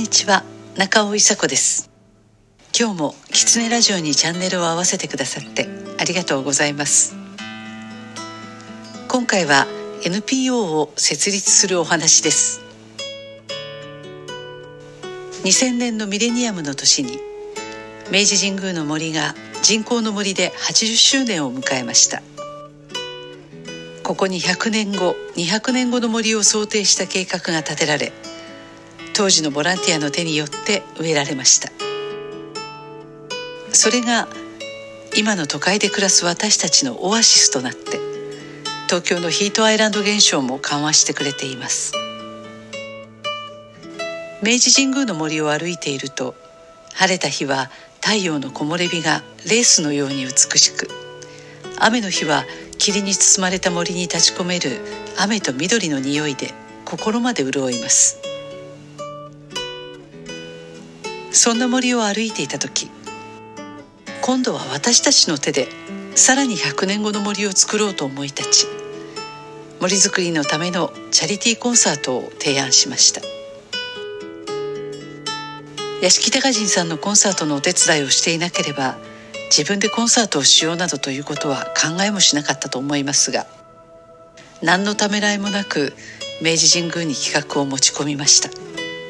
ちは、中尾伊佐子です。今日もキツネラジオにチャンネルを合わせてくださってありがとうございます。今回は NPO を設立するお話です。2000年のミレニアムの年に明治神宮の森が人工の森で80周年を迎えました。ここに100年後200年後の森を想定した計画が立てられ、当時のボランティアの手によって植えられました。それが今の都会で暮らす私たちのオアシスとなって、東京のヒートアイランド現象も緩和してくれています。明治神宮の森を歩いていると、晴れた日は太陽の木漏れ日がレースのように美しく、雨の日は霧に包まれた森に立ち込める雨と緑の匂いで心まで潤います。そんな森を歩いていた時、今度は私たちの手でさらに100年後の森を作ろうと思い立ち、森づくりのためのチャリティーコンサートを提案しました。屋敷隆人さんのコンサートのお手伝いをしていなければ、自分でコンサートをしようなどということは考えもしなかったと思いますが、何のためらいもなく明治神宮に企画を持ち込みました。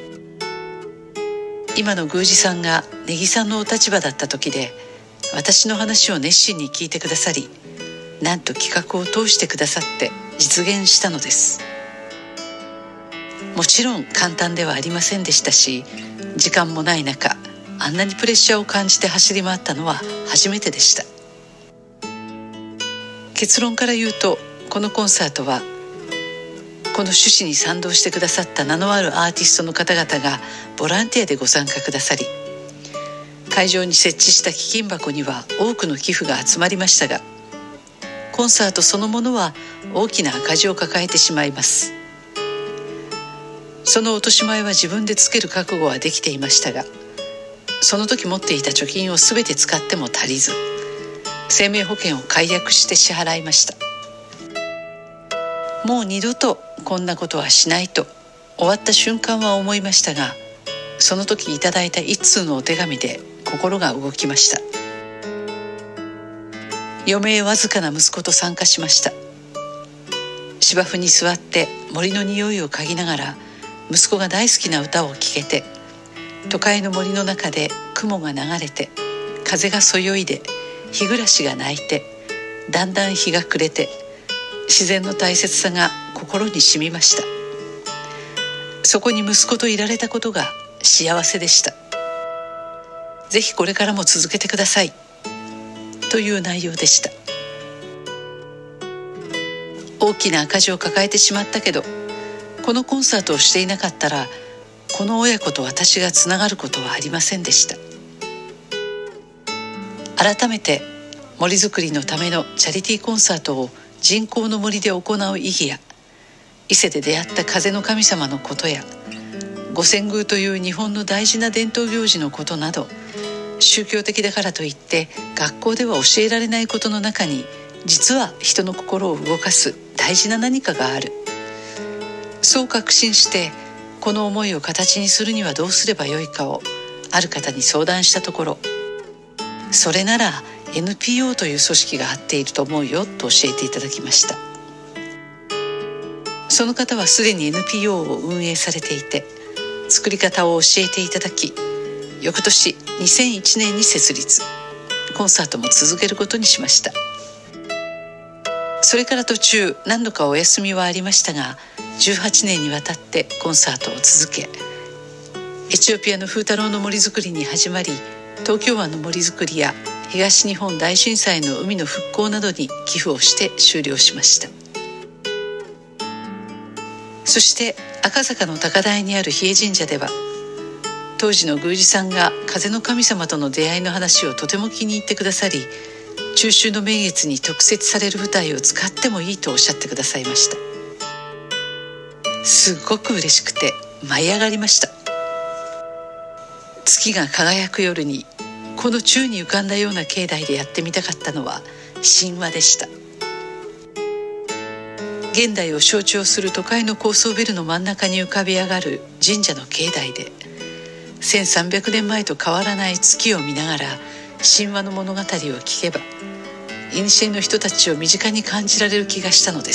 今の宮司さんが根木さんのお立場だった時で、私の話を熱心に聞いてくださり、なんと企画を通してくださって実現したのです。もちろん簡単ではありませんでしたし、時間もない中、あんなにプレッシャーを感じて走り回ったのは初めてでした。結論から言うと、このコンサートはこの趣旨に賛同してくださった名のあるアーティストの方々がボランティアでご参加くださり、会場に設置した基金箱には多くの寄付が集まりましたが、コンサートそのものは大きな赤字を抱えてしまいます。その落とし前は自分でつける覚悟はできていましたが、その時持っていた貯金を全て使っても足りず、生命保険を解約して支払いました。もう二度とこんなことはしないと終わった瞬間は思いましたが、その時いただいた一通のお手紙で心が動きました。余命わずかな息子と参加しました。芝生に座って森の匂いを嗅ぎながら、息子が大好きな歌を聴けて、都会の森の中で雲が流れて、風がそよいで、日暮らしが鳴いて、だんだん日が暮れて、自然の大切さが心に染みました。そこに息子といられたことが幸せでした。ぜひこれからも続けてください、という内容でした。大きな赤字を抱えてしまったけど、このコンサートをしていなかったら、この親子と私がつながることはありませんでした。改めて森づくりのためのチャリティーコンサートを人工の森で行う意義や、伊勢で出会った風の神様のことや、御遷宮という日本の大事な伝統行事のことなど、宗教的だからといって学校では教えられないことの中に、実は人の心を動かす大事な何かがある。そう確信して、この思いを形にするにはどうすればよいかをある方に相談したところ、それなら NPO という組織が合っていると思うよと教えていただきました。その方はすでに NPO を運営されていて、作り方を教えていただき、翌年2001年に設立、コンサートも続けることにしました。それから途中何度かお休みはありましたが、18年にわたってコンサートを続け、エチオピアの風太郎の森づくりに始まり、東京湾の森づくりや東日本大震災の海の復興などに寄付をして終了しました。そして赤坂の高台にある比叡神社では、当時の宮司さんが風の神様との出会いの話をとても気に入ってくださり、中秋の名月に特設される舞台を使ってもいいとおっしゃってくださいました。すごく嬉しくて舞い上がりました。月が輝く夜にこの宙に浮かんだような境内でやってみたかったのは神話でした。現代を象徴する都会の高層ビルの真ん中に浮かび上がる神社の境内で、 1300年前と変わらない月を見ながら神話の物語を聞けば、古の人たちを身近に感じられる気がしたのです。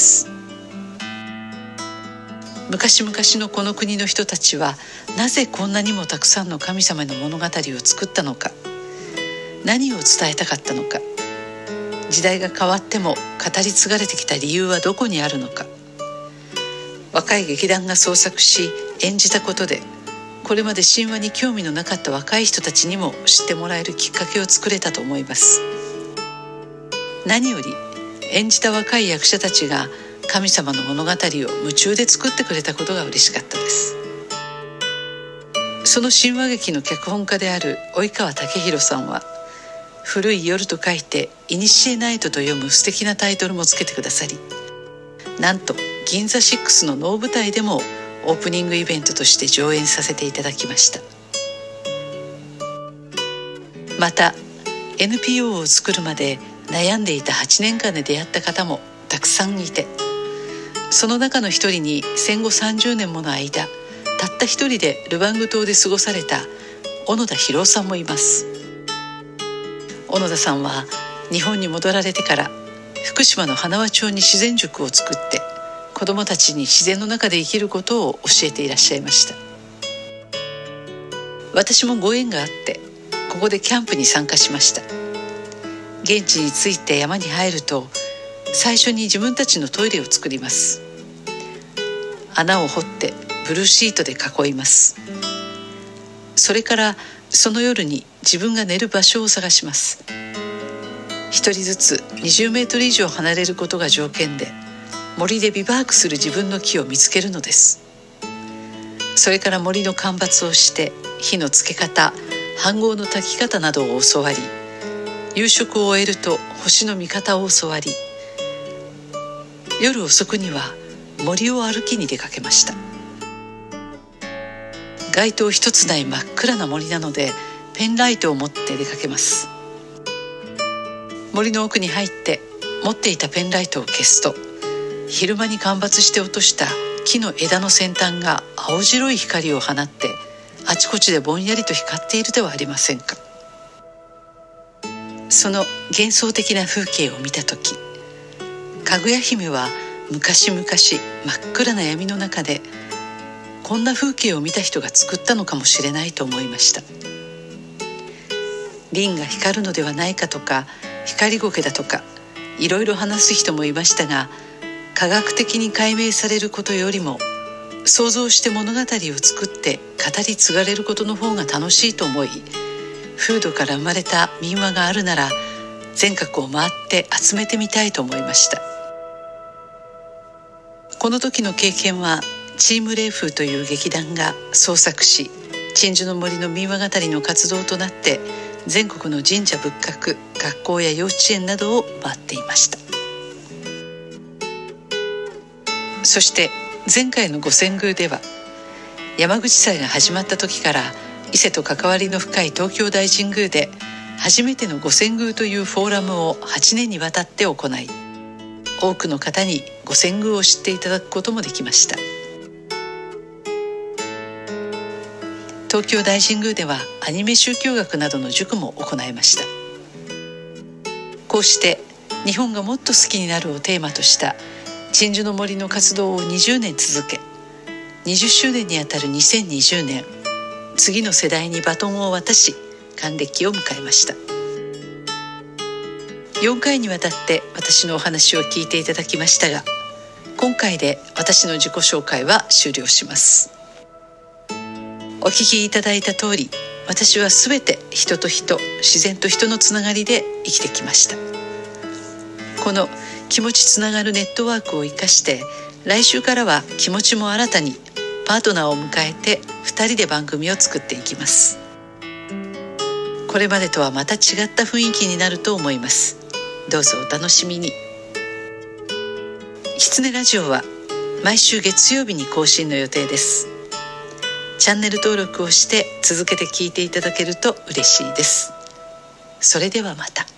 昔々のこの国の人たちはなぜこんなにもたくさんの神様の物語を作ったのか、何を伝えたかったのか、時代が変わっても語り継がれてきた理由はどこにあるのか。若い劇団が創作し演じたことで、これまで神話に興味のなかった若い人たちにも知ってもらえるきっかけを作れたと思います。何より演じた若い役者たちが神様の物語を夢中で作ってくれたことが嬉しかったです。その神話劇の脚本家である及川武弘さんは、古い夜と書いてイニシエナイトと読む素敵なタイトルもつけてくださり、なんと銀座6の能舞台でもオープニングイベントとして上演させていただきました。また NPO を作るまで悩んでいた8年間で出会った方もたくさんいて、その中の一人に戦後30年もの間たった一人でルバング島で過ごされた小野田博夫さんもいます。小野田さんは日本に戻られてから福島の花輪町に自然塾を作って子どもたちに自然の中で生きることを教えていらっしゃいました。私もご縁があってここでキャンプに参加しました。現地に着いて山に入ると最初に自分たちのトイレを作ります。穴を掘ってブルーシートで囲います。それからその夜に自分が寝る場所を探します。一人ずつ20メートル以上離れることが条件で森でビバークする自分の木を見つけるのです。それから森の間伐をして火のつけ方、飯盒の炊き方などを教わり、夕食を終えると星の見方を教わり、夜遅くには森を歩きに出かけました。街灯一つない真っ暗な森なのでペンライトを持って出かけます。森の奥に入って持っていたペンライトを消すと、昼間に間伐して落とした木の枝の先端が青白い光を放ってあちこちでぼんやりと光っているではありませんか。その幻想的な風景を見たとき、かぐや姫は昔々真っ暗な闇の中でこんな風景を見た人が作ったのかもしれないと思いました。輪が光るのではないかとか、光苔だとかいろいろ話す人もいましたが、科学的に解明されることよりも想像して物語を作って語り継がれることの方が楽しいと思い、風土から生まれた民話があるなら全国を回って集めてみたいと思いました。この時の経験はチーム霊風という劇団が創作し、鎮守の森の民話語りの活動となって全国の神社仏閣、学校や幼稚園などを回っていました。そして前回の御遷宮では、山口祭が始まった時から伊勢と関わりの深い東京大神宮で初めての御遷宮というフォーラムを8年にわたって行い、多くの方に御遷宮を知っていただくこともできました。東京大神宮ではアニメ宗教学などの塾も行いました。こうして日本がもっと好きになるをテーマとした鎮守の森の活動を20年続け、20周年にあたる2020年、次の世代にバトンを渡し還暦を迎えました。4回にわたって私のお話を聞いていただきましたが、今回で私の自己紹介は終了します。お聞きいただいた通り、私はすべて人と人、自然と人のつながりで生きてきました。この気持ちつながるネットワークを生かして、来週からは気持ちも新たにパートナーを迎えて2人で番組を作っていきます。これまでとはまた違った雰囲気になると思います。どうぞお楽しみに。きつねラジオは毎週月曜日に更新の予定です。チャンネル登録をして続けて聞いていただけると嬉しいです。それではまた。